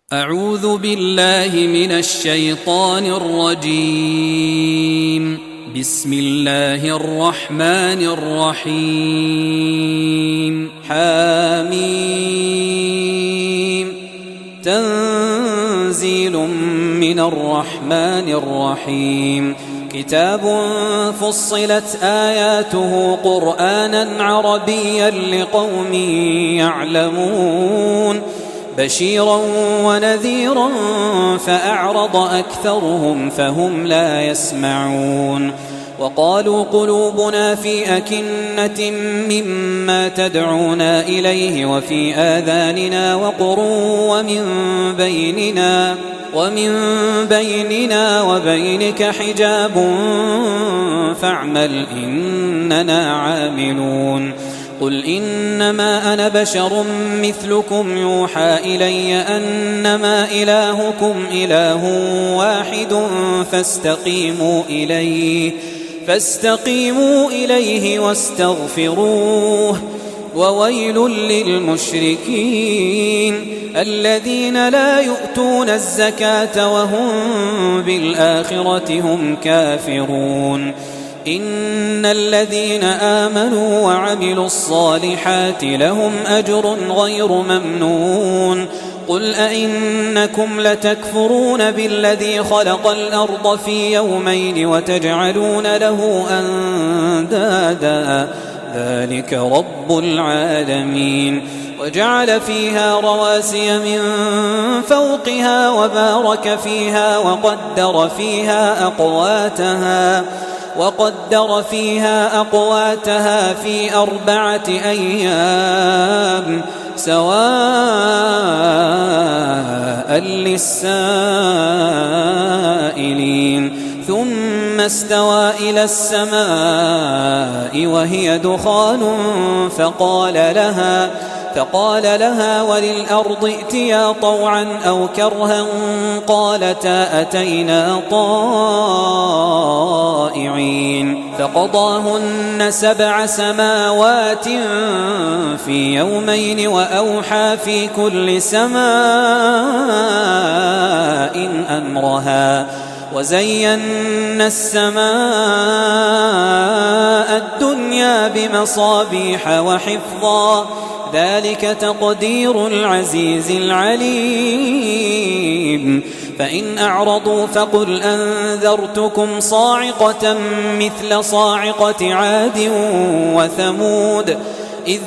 أعوذ بالله من الشيطان الرجيم. بسم الله الرحمن الرحيم. حميم. تنزيل من الرحمن الرحيم. كتاب فصلت آياته قرآنا عربيا لقوم يعلمون بشيرا ونذيرا فأعرض أكثرهم فهم لا يسمعون. وقالوا قلوبنا في أكنة مما تدعونا إليه وفي آذاننا وقر ومن بيننا وبينك حجاب فاعمل إننا عاملون. قل إنما أنا بشر مثلكم يوحى إلي أنما إلهكم إله واحد فاستقيموا إليه واستغفروه. وويل للمشركين الذين لا يؤتون الزكاة وهم بالآخرة هم كافرون. إن الذين آمنوا وعملوا الصالحات لهم أجر غير ممنون. قل أئنكم لتكفرون بالذي خلق الأرض في يومين وتجعلون له أندادا ذلك رب العالمين. وجعل فيها رواسي من فوقها وبارك فيها وقدر فيها أقواتها في 4 أيام سواء للسائلين. ثم استوى إلى السماء وهي دخان فقال لها وللأرض ائتيا طوعا أو كرها قالتا أتينا طائعين. فقضاهن 7 سماوات في يومين وأوحى في كل سماء أمرها وزينا السماء الدنيا بمصابيح وحفظا ذلك تقدير العزيز العليم. فإن أعرضوا فقل أنذرتكم صاعقة مثل صاعقة عاد وثمود إذ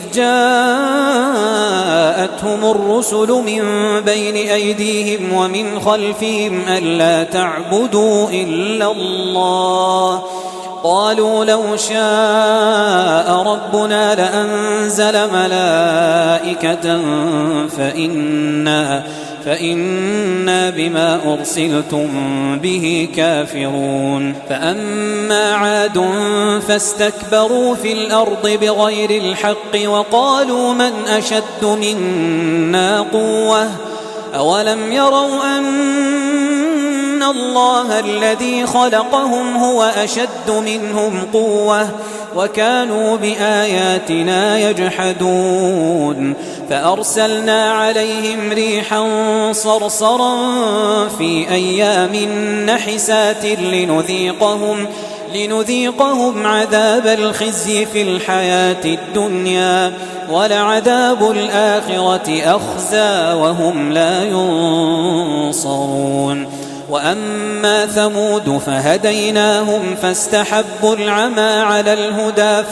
جاءتهم الرسل من بين أيديهم ومن خلفهم ألا تعبدوا إلا الله قالوا لو شاء ربنا لأنزل ملائكة فإنا بما أرسلتم به كافرون. فأما عاد فاستكبروا في الأرض بغير الحق وقالوا من أشد منا قوة أولم يروا أن الله الذي خلقهم هو أشد منهم قوة وكانوا بآياتنا يجحدون. فأرسلنا عليهم ريحا صرصرا في أيام نحسات لنذيقهم عذاب الخزي في الحياة الدنيا ولعذاب الآخرة أخزى وهم لا ينصرون. وأما ثمود فهديناهم فاستحبوا العمى على الهدى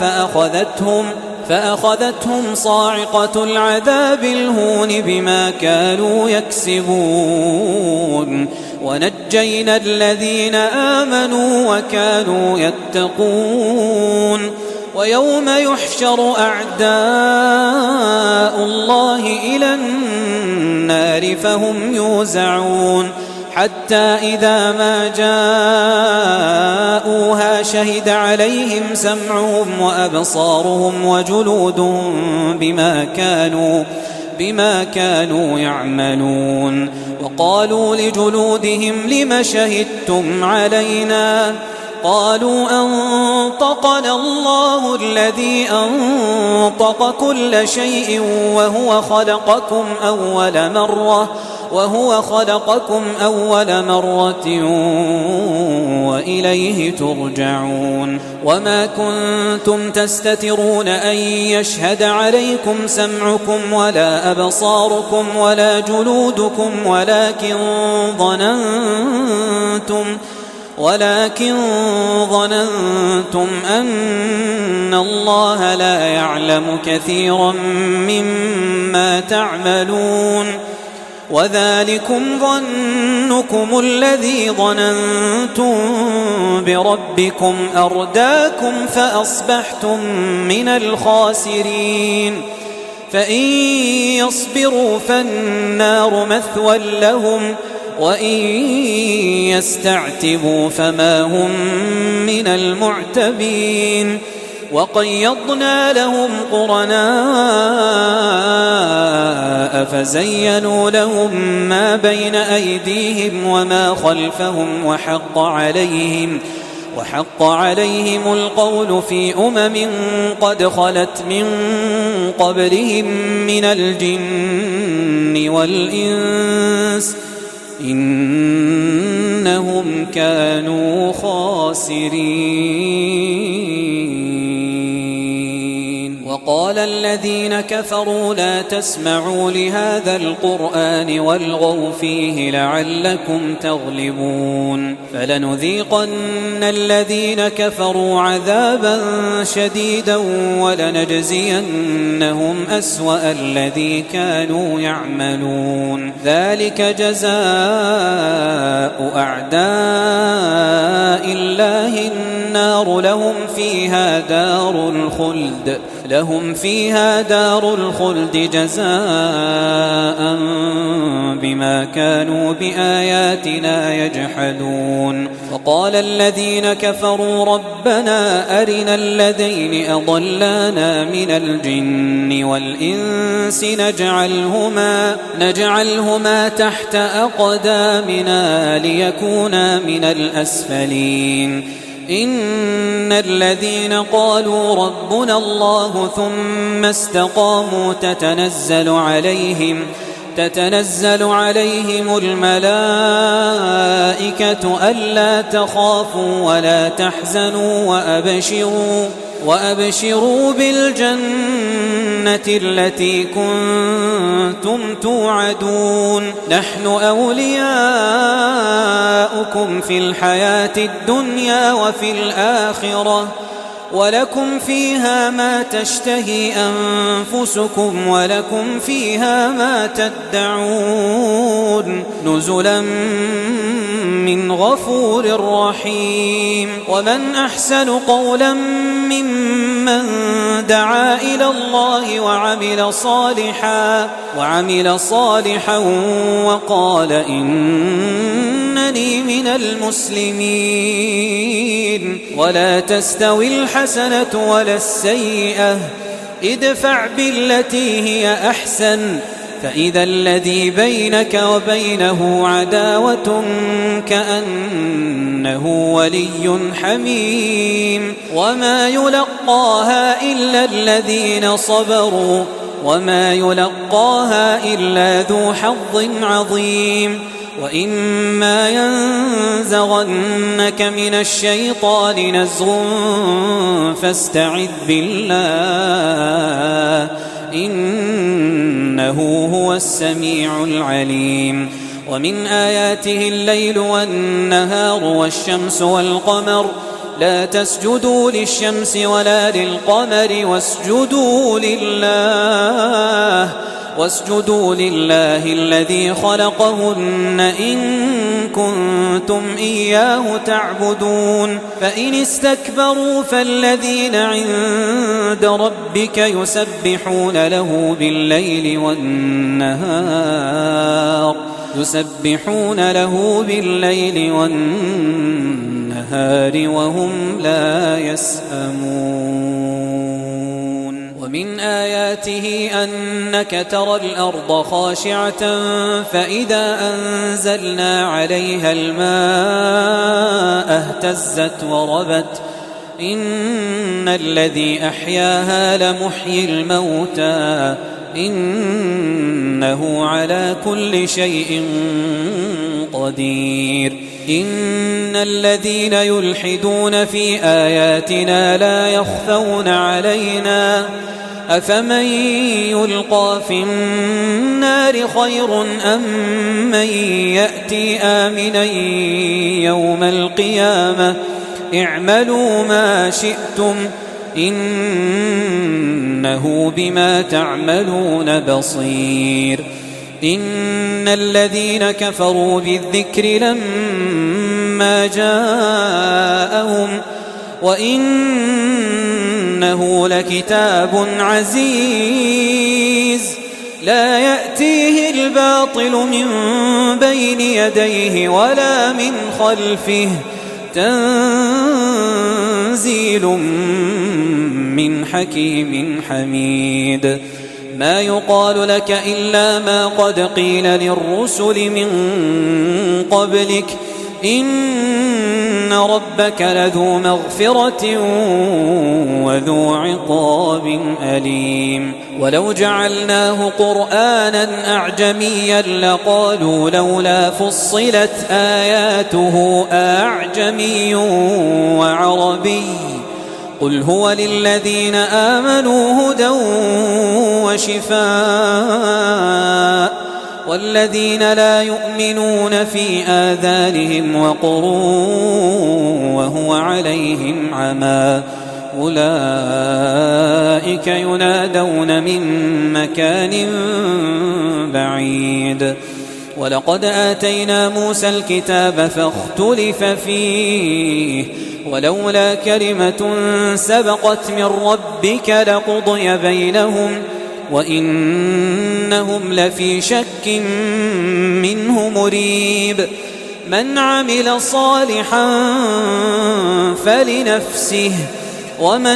فأخذتهم صاعقة العذاب الهون بما كانوا يكسبون. ونجينا الذين آمنوا وكانوا يتقون. ويوم يحشر أعداء الله إلى النار فهم يوزعون حتى إذا ما جاءوها شهد عليهم سمعهم وأبصارهم وجلودهم بما كانوا يعملون. وقالوا لجلودهم لم شهدتم علينا قالوا أنطقنا الله الذي أنطق كل شيء وهو خلقكم أول مرة وإليه ترجعون وما كنتم تستترون أن يشهد عليكم سمعكم ولا أبصاركم ولا جلودكم ولكن ظننتم أن الله لا يعلم كثيرا مما تعملون وذلكم ظنكم الذي ظننتم بربكم أرداكم فأصبحتم من الخاسرين فإن يصبروا فالنار مثوى لهم وإن يستعتبوا فما هم من المعتبين وقيضنا لهم قرناء فزينوا لهم ما بين أيديهم وما خلفهم وحق عليهم القول في قد خلت من قبلهم من الجن والإنس إنهم كانوا خاسرين. وقال الذين كفروا لا تسمعوا لهذا القرآن والغوا فيه لعلكم تغلبون فلنذيقن الذين كفروا عذابا شديدا ولنجزينهم أسوأ الذي كانوا يعملون ذلك جزاء أعداء الله النار لهم فيها دار الخلد جزاء بما كانوا بآياتنا يجحدون وقال الذين كفروا ربنا أرنا الذين أضلانا من الجن والإنس نجعلهما تحت أقدامنا ليكونا من الأسفلين إن الذين قالوا ربنا الله ثم استقاموا تتنزل عليهم الملائكة ألا تخافوا ولا تحزنوا وأبشروا بالجنة التي كنتم توعدون نحن أولياؤكم في الحياة الدنيا وفي الآخرة ولكم فيها ما تشتهي أنفسكم ولكم فيها ما تدعون نزلا من غفور رحيم ومن أحسن قولا ممن دعا إلى الله وعمل صالحا وقال إنني من المسلمين ولا تستوي الحسنة ولا السيئة ادفع بالتي هي أحسن فإذا الذي بينك وبينه عداوة كأنه ولي حميم وما يلقاها إلا الذين صبروا وما يلقاها إلا ذو حظ عظيم وإما ينزغنك من الشيطان نزغ فاستعذ بالله إنه هو السميع العليم ومن آياته الليل والنهار والشمس والقمر لا تسجدوا للشمس ولا للقمر واسجدوا لله الذي خلقهن إن كنتم إياه تعبدون فإن استكبروا فالذين عند ربك يسبحون له بالليل والنهار وهم لا يسأمون ومن آياته أنك ترى الأرض خاشعة فإذا أنزلنا عليها الماء اهتزت وربت إن الذي أحياها لمحيي الموتى إنه على كل شيء قدير إن الذين يلحدون في آياتنا لا يخفون علينا أفمن يلقى في النار خير أم من يأتي آمنا يوم القيامة اعملوا ما شئتم إنه بما تعملون بصير إن الذين كفروا بالذكر لما جاءهم وإنه لكتاب عزيز لا يأتيه الباطل من بين يديه ولا من خلفه تنزيل من حكيم حميد ما يقال لك إلا ما قد قيل للرسل من قبلك إن ربك لذو مغفرة وذو عقاب أليم ولو جعلناه قرآنا أعجميا لقالوا لولا فصلت آياته أعجمي وعربي قل هو للذين آمنوا هدى وشفاء والذين لا يؤمنون في آذانهم وقر وهو عليهم عمى أولئك ينادون من مكان بعيد ولقد آتينا موسى الكتاب فاختلف فيه ولولا كلمة سبقت من ربك لقضي بينهم وإنهم لفي شك منه مريب من عمل صالحا فلنفسه ومن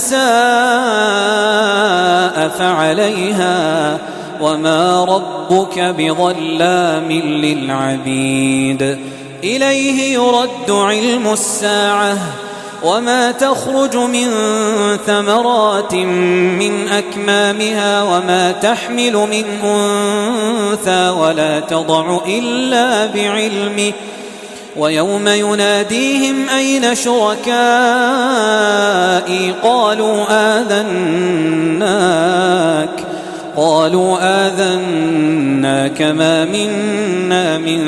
أساء فعليها وما ربك بظلام للعبيد إليه يرد علم الساعة وما تخرج من ثمرات من أكمامها وما تحمل من أنثى ولا تضع إلا بعلمه ويوم يناديهم أين شركائي قالوا آذناك ما منا من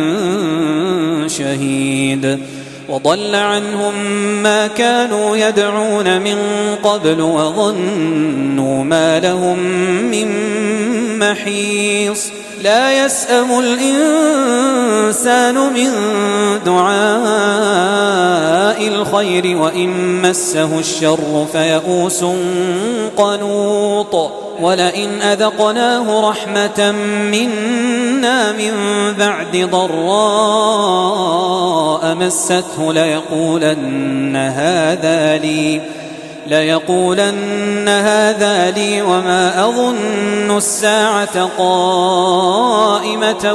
شهيد وضل عنهم ما كانوا يدعون من قبل وظنوا ما لهم من محيص لا يسأم الإنسان من دعاء الخير وإن مسه الشر فيئوس قنوط ولئن أذقناه رحمة منا من بعد ضراء مسته ليقولن هذا لي وما أظن الساعة قائمة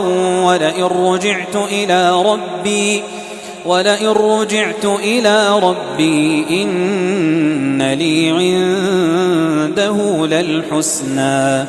ولئن رجعت إلى ربي إن لي عنده للحسنى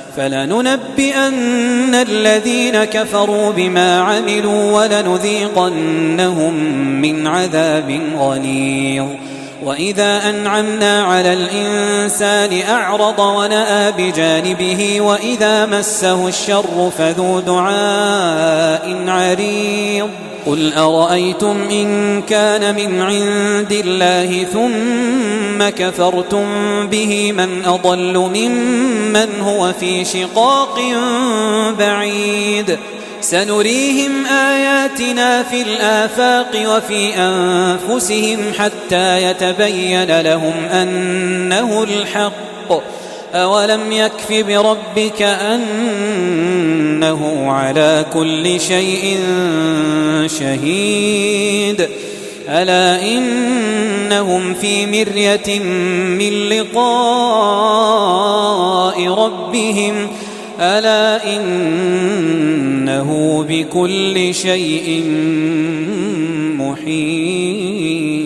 فلننبئن الذين كفروا بما عملوا ولنذيقنهم من عذاب غليظ وإذا أنعمنا على الإنسان أعرض ونأى بجانبه وإذا مسه الشر فذو دعاء عريض قل أرأيتم إن كان من عند الله ثم كفرتم به من أضل ممن هو في شقاق بعيد سنريهم آياتنا في الآفاق وفي أنفسهم حتى يتبين لهم أنه الحق أولم يكف بربك أنه على كل شيء شهيد ألا إن إنهم في مرية من لقاء ربهم ألا إنه بكل شيء محيط.